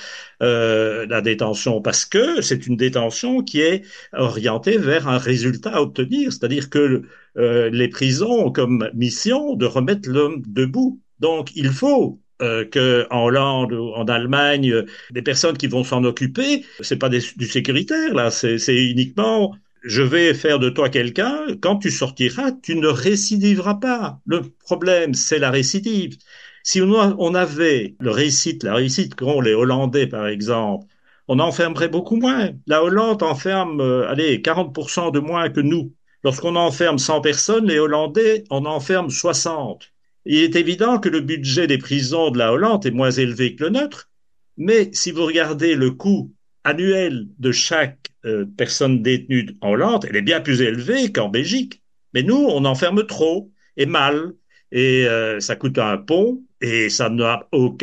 la détention, parce que c'est une détention qui est orientée vers un résultat à obtenir, c'est-à-dire que les prisons ont comme mission de remettre l'homme debout. Donc, il faut que en Hollande ou en Allemagne, des personnes qui vont s'en occuper, c'est pas du sécuritaire là, c'est uniquement je vais faire de toi quelqu'un, quand tu sortiras, tu ne récidiveras pas. Le problème, c'est la récidive. Si on avait la réussite qu'ont les Hollandais, par exemple, on enfermerait beaucoup moins. La Hollande enferme, 40% de moins que nous. Lorsqu'on enferme 100 personnes, les Hollandais en enferment 60. Il est évident que le budget des prisons de la Hollande est moins élevé que le nôtre, mais si vous regardez le coût annuel de chaque personne détenue en Hollande, elle est bien plus élevée qu'en Belgique. Mais nous, on enferme trop et mal, et ça coûte un pont, et ça n'a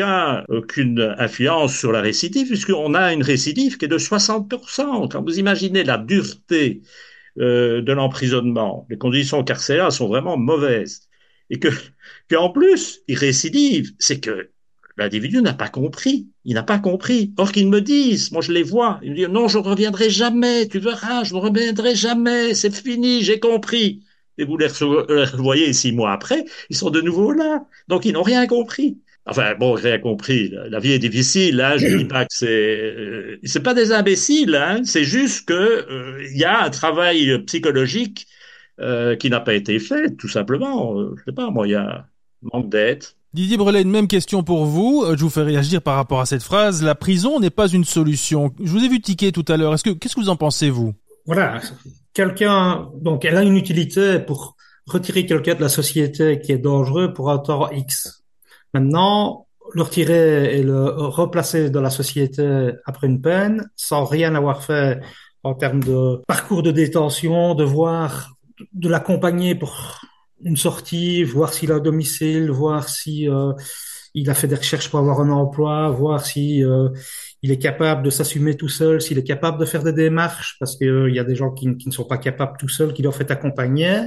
aucune influence sur la récidive, puisqu'on a une récidive qui est de 60%. Quand vous imaginez la dureté de l'emprisonnement, les conditions carcérales sont vraiment mauvaises, et qu'en plus, il récidive, c'est que l'individu n'a pas compris. Il n'a pas compris. Or qu'ils me disent, moi je les vois, ils me disent non, je ne reviendrai jamais, tu verras, je ne reviendrai jamais, c'est fini, j'ai compris. Et vous les voyez 6 mois après, ils sont de nouveau là. Donc ils n'ont rien compris. Enfin, bon, j'ai rien compris. La vie est difficile, hein. Je dis pas que c'est pas des imbéciles, hein. C'est juste que il y a un travail psychologique qui n'a pas été fait, tout simplement. Je sais pas, moi, il y a manque d'aide. Didier Brelet, une même question pour vous. Je vous fais réagir par rapport à cette phrase. La prison n'est pas une solution. Je vous ai vu tiquer tout à l'heure. Qu'est-ce que vous en pensez, vous? Voilà, quelqu'un, donc elle a une utilité pour retirer quelqu'un de la société qui est dangereux pour un temps X. Maintenant, le retirer et le replacer dans la société après une peine, sans rien avoir fait en termes de parcours de détention, de l'accompagner pour une sortie, voir s'il a un domicile, voir si il a fait des recherches pour avoir un emploi, voir si il est capable de s'assumer tout seul, s'il est capable de faire des démarches, parce qu'il y a des gens qui ne sont pas capables tout seuls, qui doivent être accompagnés.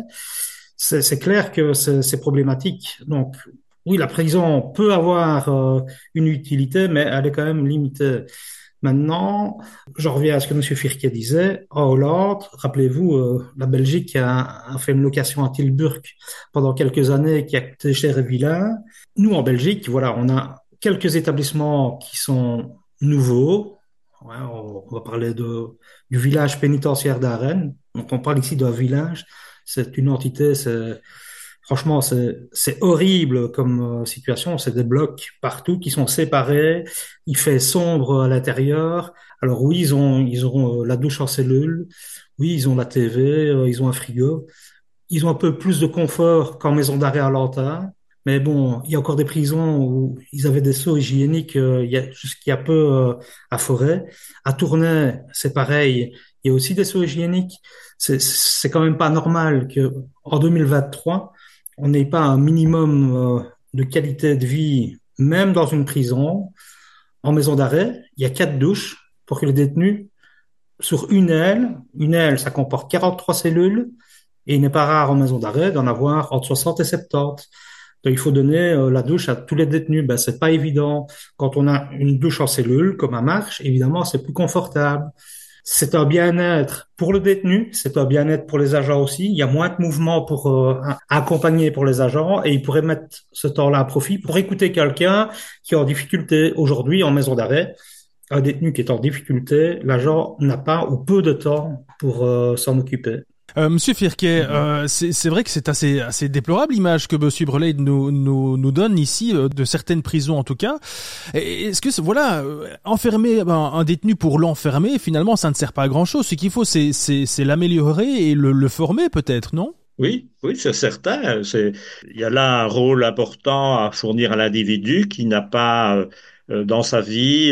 C'est clair que c'est problématique. Donc, oui, la prison peut avoir une utilité, mais elle est quand même limitée. Maintenant, je reviens à ce que M. Firket disait. En Hollande, rappelez-vous, la Belgique a fait une location à Tilburg pendant quelques années qui a coûté cher et vilain. Nous, en Belgique, voilà, on a quelques établissements qui sont nouveaux. Ouais, on va parler du village pénitentiaire d'Arène. Donc, on parle ici d'un village. C'est une entité, franchement, c'est horrible comme situation. C'est des blocs partout qui sont séparés. Il fait sombre à l'intérieur. Alors oui, ils ont la douche en cellule. Oui, ils ont la TV. Ils ont un frigo. Ils ont un peu plus de confort qu'en maison d'arrêt à Lanta. Mais bon, il y a encore des prisons où ils avaient des seaux hygiéniques jusqu'il y a peu à Forêt. À Tournai, c'est pareil. Il y a aussi des seaux hygiéniques. C'est quand même pas normal que en 2023, on n'ait pas un minimum de qualité de vie, même dans une prison. En maison d'arrêt, il y a 4 douches pour que les détenus, sur une aile, ça comporte 43 cellules, et il n'est pas rare en maison d'arrêt d'en avoir entre 60 et 70. Donc, il faut donner la douche à tous les détenus. Ben, c'est pas évident. Quand on a une douche en cellule, comme à Marche, évidemment, c'est plus confortable. C'est un bien-être pour le détenu, c'est un bien-être pour les agents aussi. Il y a moins de mouvements pour accompagner pour les agents et ils pourraient mettre ce temps-là à profit pour écouter quelqu'un qui est en difficulté. Aujourd'hui, en maison d'arrêt, un détenu qui est en difficulté, l'agent n'a pas ou peu de temps pour s'en occuper. Monsieur Firket, c'est vrai que c'est assez déplorable l'image que Monsieur Brelet nous donne ici de certaines prisons en tout cas. Est-ce que voilà, enfermer un détenu pour l'enfermer, finalement, ça ne sert pas à grand chose. Ce qu'il faut, c'est l'améliorer et le former peut-être, non? Oui, oui, c'est certain. Il y a là un rôle important à fournir à l'individu qui n'a pas, dans sa vie,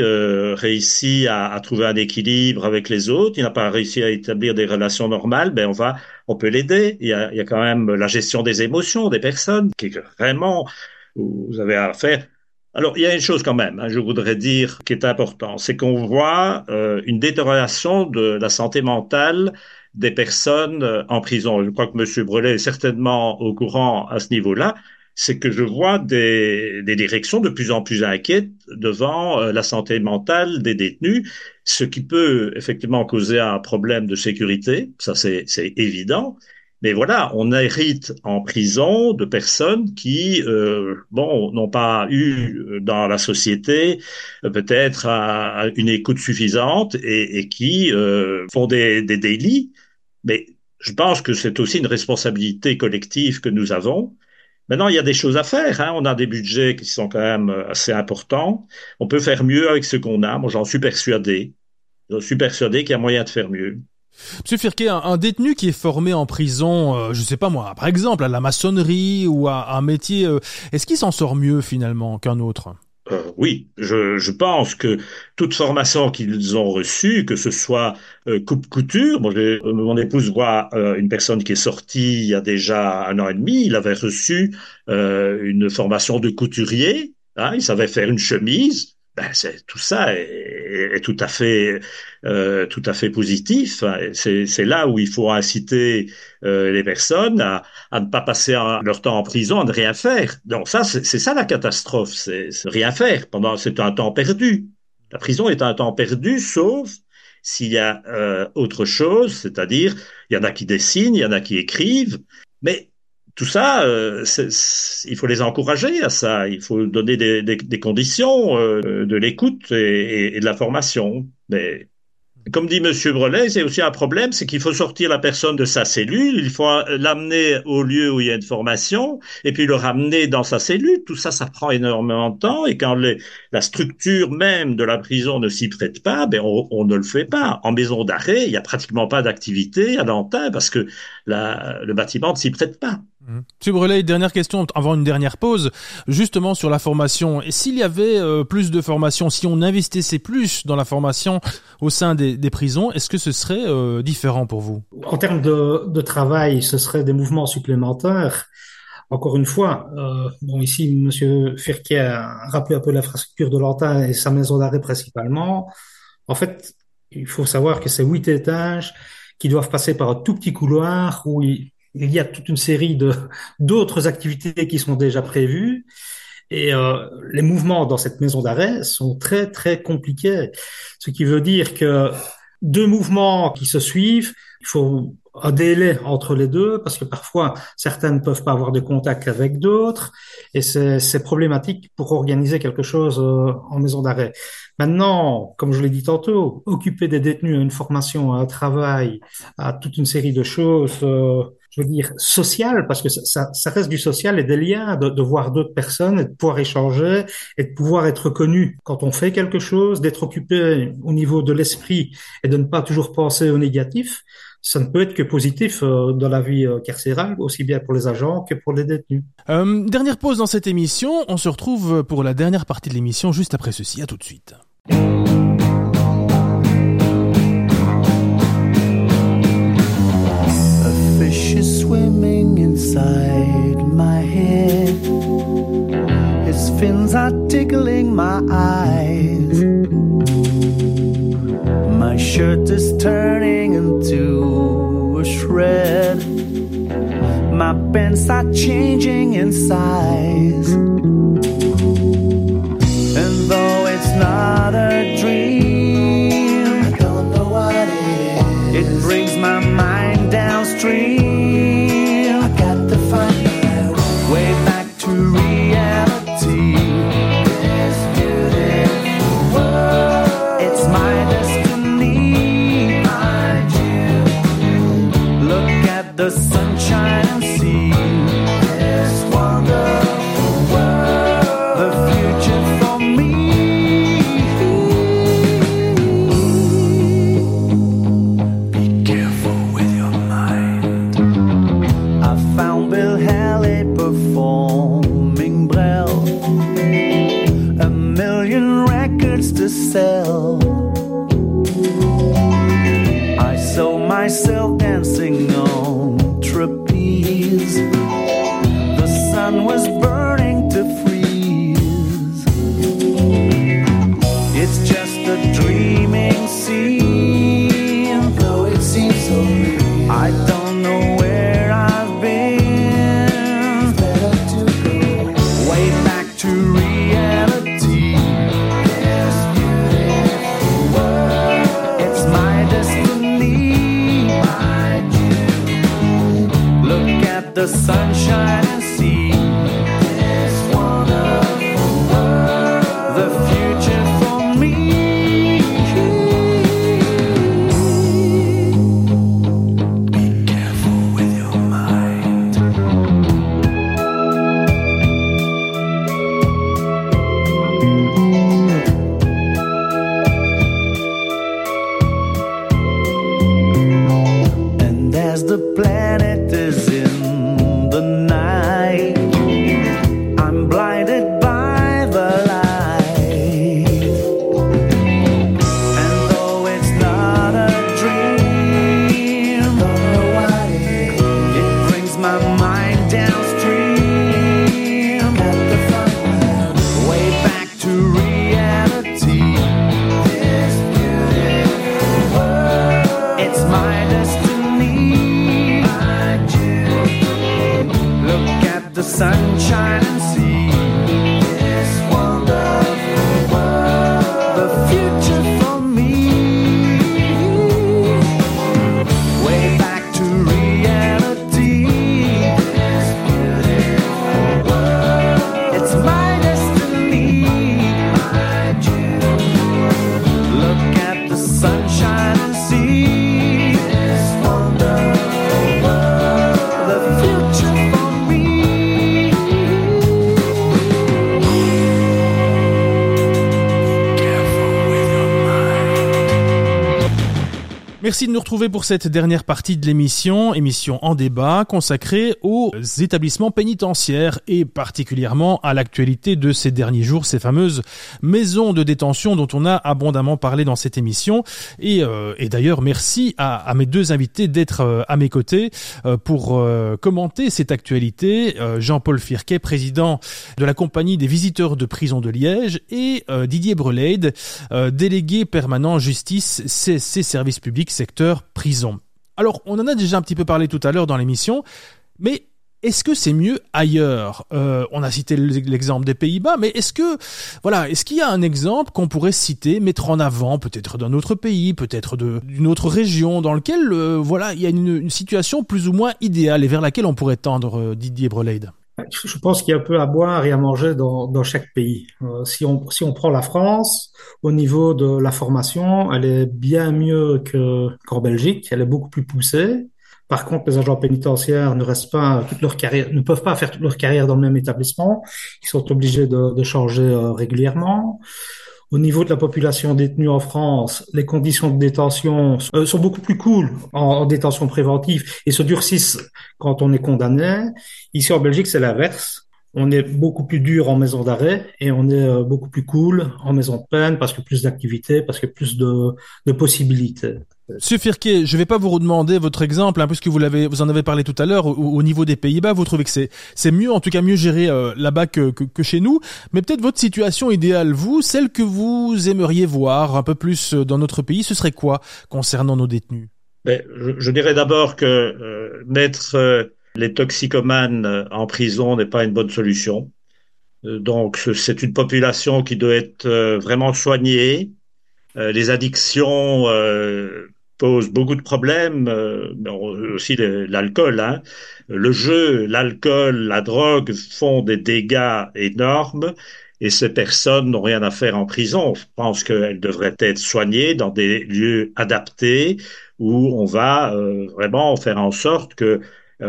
réussi à trouver un équilibre avec les autres. Il n'a pas réussi à établir des relations normales. Ben, on peut l'aider. Il y a quand même la gestion des émotions des personnes qui est vraiment, vous avez à faire. Alors, il y a une chose quand même, hein, je voudrais dire, qui est important, c'est qu'on voit une détérioration de la santé mentale des personnes en prison. Je crois que M. Brelet est certainement au courant à ce niveau-là. C'est que je vois des directions de plus en plus inquiètes devant la santé mentale des détenus, ce qui peut effectivement causer un problème de sécurité, ça c'est évident. Mais voilà, on hérite en prison de personnes qui, bon, n'ont pas eu dans la société peut-être une écoute suffisante et qui font des délits. Mais je pense que c'est aussi une responsabilité collective que nous avons. Maintenant, il y a des choses à faire, hein. On a des budgets qui sont quand même assez importants. On peut faire mieux avec ce qu'on a. Moi, j'en suis persuadé. Je suis persuadé qu'il y a moyen de faire mieux. Monsieur Firket, un détenu qui est formé en prison, je sais pas moi, par exemple à la maçonnerie ou à un métier, est-ce qu'il s'en sort mieux finalement qu'un autre? Oui, je pense que toute formation qu'ils ont reçue, que ce soit coupe-couture, mon épouse voit une personne qui est sortie il y a déjà 1 an et demi, il avait reçu une formation de couturier, hein, il savait faire une chemise. Ben, tout ça est tout à fait positif, hein. C'est là où il faut inciter les personnes à ne pas passer leur temps en prison, à ne rien faire. Donc ça, c'est ça la catastrophe, c'est rien faire. C'est un temps perdu. La prison est un temps perdu, sauf s'il y a autre chose, c'est-à-dire il y en a qui dessinent, il y en a qui écrivent, mais tout ça, il faut les encourager à ça. Il faut donner des conditions de l'écoute et de la formation. Mais comme dit Monsieur Brelet, c'est aussi un problème, c'est qu'il faut sortir la personne de sa cellule, il faut l'amener au lieu où il y a une formation, et puis le ramener dans sa cellule. Tout ça, ça prend énormément de temps, et quand la structure même de la prison ne s'y prête pas, ben on ne le fait pas. En maison d'arrêt, il y a pratiquement pas d'activité à Lantin parce que le bâtiment ne s'y prête pas. Monsieur Brelet, dernière question avant une dernière pause, justement sur la formation. Et s'il y avait plus de formation, si on investissait plus dans la formation au sein des prisons, est-ce que ce serait différent pour vous? En termes de travail, ce serait des mouvements supplémentaires. Encore une fois, ici, Monsieur Firquier a rappelé un peu l'infrastructure de Lantin et sa maison d'arrêt principalement. En fait, il faut savoir que c'est 8 étages qui doivent passer par un tout petit couloir où il y a toute une série d'autres activités qui sont déjà prévues et les mouvements dans cette maison d'arrêt sont très très compliqués. Ce qui veut dire que 2 mouvements qui se suivent, il faut un délai entre les deux parce que parfois certains ne peuvent pas avoir de contact avec d'autres et c'est problématique pour organiser quelque chose en maison d'arrêt. Maintenant, comme je l'ai dit tantôt, occuper des détenus à une formation, à un travail, à toute une série de choses, je veux dire sociales, parce que ça reste du social et des liens, de voir d'autres personnes et de pouvoir échanger et de pouvoir être connu quand on fait quelque chose, d'être occupé au niveau de l'esprit et de ne pas toujours penser au négatif. Ça ne peut être que positif dans la vie carcérale, aussi bien pour les agents que pour les détenus. Dernière pause dans cette émission. On se retrouve pour la dernière partie de l'émission juste après ceci. À tout de suite. A fish is swimming inside my head. His fins are tickling my eyes. My shirt is turning into a shred. My pants are changing in size. And though it's not a dream, I don't know what it is. It brings my mind downstream. I got to find my way back to reality. This beautiful world, it's my destiny. Find you. Look at the sunshine and see this wonderful world. The future for me. Be careful with your mind. I found Bill Haley performing Brel. 1,000,000 records to sell. I saw myself dancing on trapeze. The sun was burning to freeze. It's just a dreaming scene, though it seems so real. I don't know where I've been. It's better to go way back to reality. This beautiful world, it's my destiny. Find you. Look at the sunshine and see this wonderful world. The future for me. Be careful with your mind. And as the planet is in the night, I'm blinded by the light. And though it's not a dream, don't know what it brings my mind downstream. Got to find my way back to reality. This beautiful world, it's my destiny. Merci de nous retrouver pour cette dernière partie de l'émission en débat consacrée aux établissements pénitentiaires et particulièrement à l'actualité de ces derniers jours, ces fameuses maisons de détention dont on a abondamment parlé dans cette émission. Et d'ailleurs, merci à mes deux invités d'être à mes côtés pour commenter cette actualité. Jean-Paul Firquet, président de la compagnie des visiteurs de prison de Liège, et Didier Brelade, délégué permanent justice, CSC service public secteur prison. Alors, on en a déjà un petit peu parlé tout à l'heure dans l'émission, mais est-ce que c'est mieux ailleurs ? On a cité l'exemple des Pays-Bas, mais est-ce qu'il y a un exemple qu'on pourrait citer, mettre en avant, peut-être d'un autre pays, peut-être d'une autre région, dans lequel, il y a une situation plus ou moins idéale et vers laquelle on pourrait tendre, Didier Brelade ? Je pense qu'il y a un peu à boire et à manger dans chaque pays. Si on prend la France, au niveau de la formation, elle est bien mieux qu'en Belgique. Elle est beaucoup plus poussée. Par contre, les agents pénitentiaires ne restent pas toute leur carrière, ne peuvent pas faire toute leur carrière dans le même établissement. Ils sont obligés de changer régulièrement. Au niveau de la population détenue en France, les conditions de détention sont beaucoup plus cool en détention préventive et se durcissent quand on est condamné. Ici en Belgique, c'est l'inverse. On est beaucoup plus dur en maison d'arrêt et on est beaucoup plus cool en maison de peine parce que plus d'activités, parce que plus de possibilités. Monsieur Firquet, je vais pas vous redemander votre exemple, puisque vous en avez parlé tout à l'heure. Au niveau des Pays-Bas, vous trouvez que c'est mieux, en tout cas mieux géré là-bas que chez nous. Mais peut-être votre situation idéale, vous, celle que vous aimeriez voir un peu plus dans notre pays, ce serait quoi concernant nos détenus ? Je dirais d'abord que mettre les toxicomanes en prison n'est pas une bonne solution. Donc c'est une population qui doit être vraiment soignée. Les addictions posent beaucoup de problèmes, mais aussi l'alcool. Le jeu, l'alcool, la drogue font des dégâts énormes et ces personnes n'ont rien à faire en prison. Je pense qu'elles devraient être soignées dans des lieux adaptés où on va vraiment faire en sorte que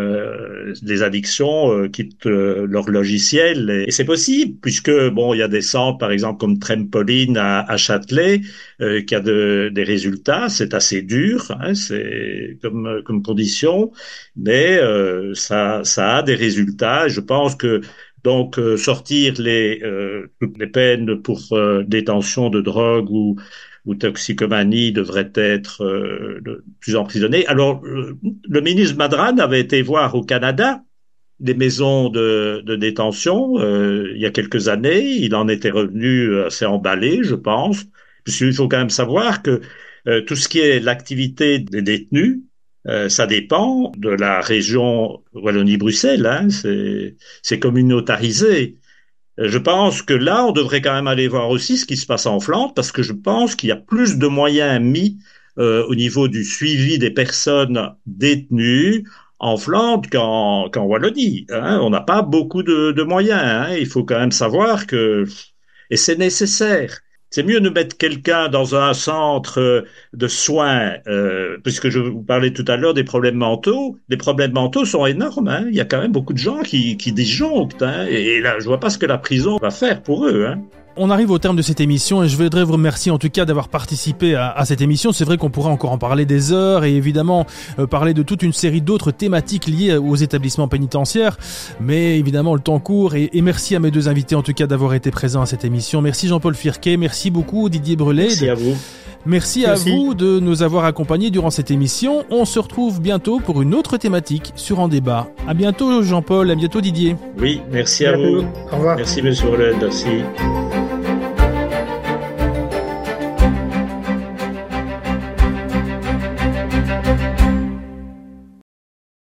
les addictions quittent leur logiciel et c'est possible puisque il y a des centres par exemple comme Trampoline à Châtelet qui a des résultats. C'est assez dur, c'est comme condition, mais ça a des résultats. Je pense que donc sortir les peines pour détention de drogue ou toxicomanie devrait être plus emprisonnée. Alors, le ministre Madran avait été voir au Canada des maisons de détention il y a quelques années. Il en était revenu assez emballé, je pense, puisqu'il faut quand même savoir que tout ce qui est l'activité des détenus, ça dépend de la région Wallonie-Bruxelles, c'est communautarisé. Je pense que là, on devrait quand même aller voir aussi ce qui se passe en Flandre, parce que je pense qu'il y a plus de moyens mis au niveau du suivi des personnes détenues en Flandre qu'en Wallonie. On n'a pas beaucoup de moyens. Il faut quand même savoir que... Et c'est nécessaire. C'est mieux de mettre quelqu'un dans un centre de soins, puisque je vous parlais tout à l'heure des problèmes mentaux. Les problèmes mentaux sont énormes. Il y a quand même beaucoup de gens qui disjonctent. Et là, je vois pas ce que la prison va faire pour eux. On arrive au terme de cette émission et je voudrais vous remercier en tout cas d'avoir participé à cette émission. C'est vrai qu'on pourrait encore en parler des heures et évidemment parler de toute une série d'autres thématiques liées aux établissements pénitentiaires. Mais évidemment le temps court et merci à mes deux invités en tout cas d'avoir été présents à cette émission. Merci Jean-Paul Firquet, merci beaucoup Didier Brelade. Merci à vous. Merci à vous de nous avoir accompagnés durant cette émission. On se retrouve bientôt pour une autre thématique sur En Débat. À bientôt Jean-Paul, à bientôt Didier. Oui, merci à vous. Au revoir. Merci monsieur Brelade, merci.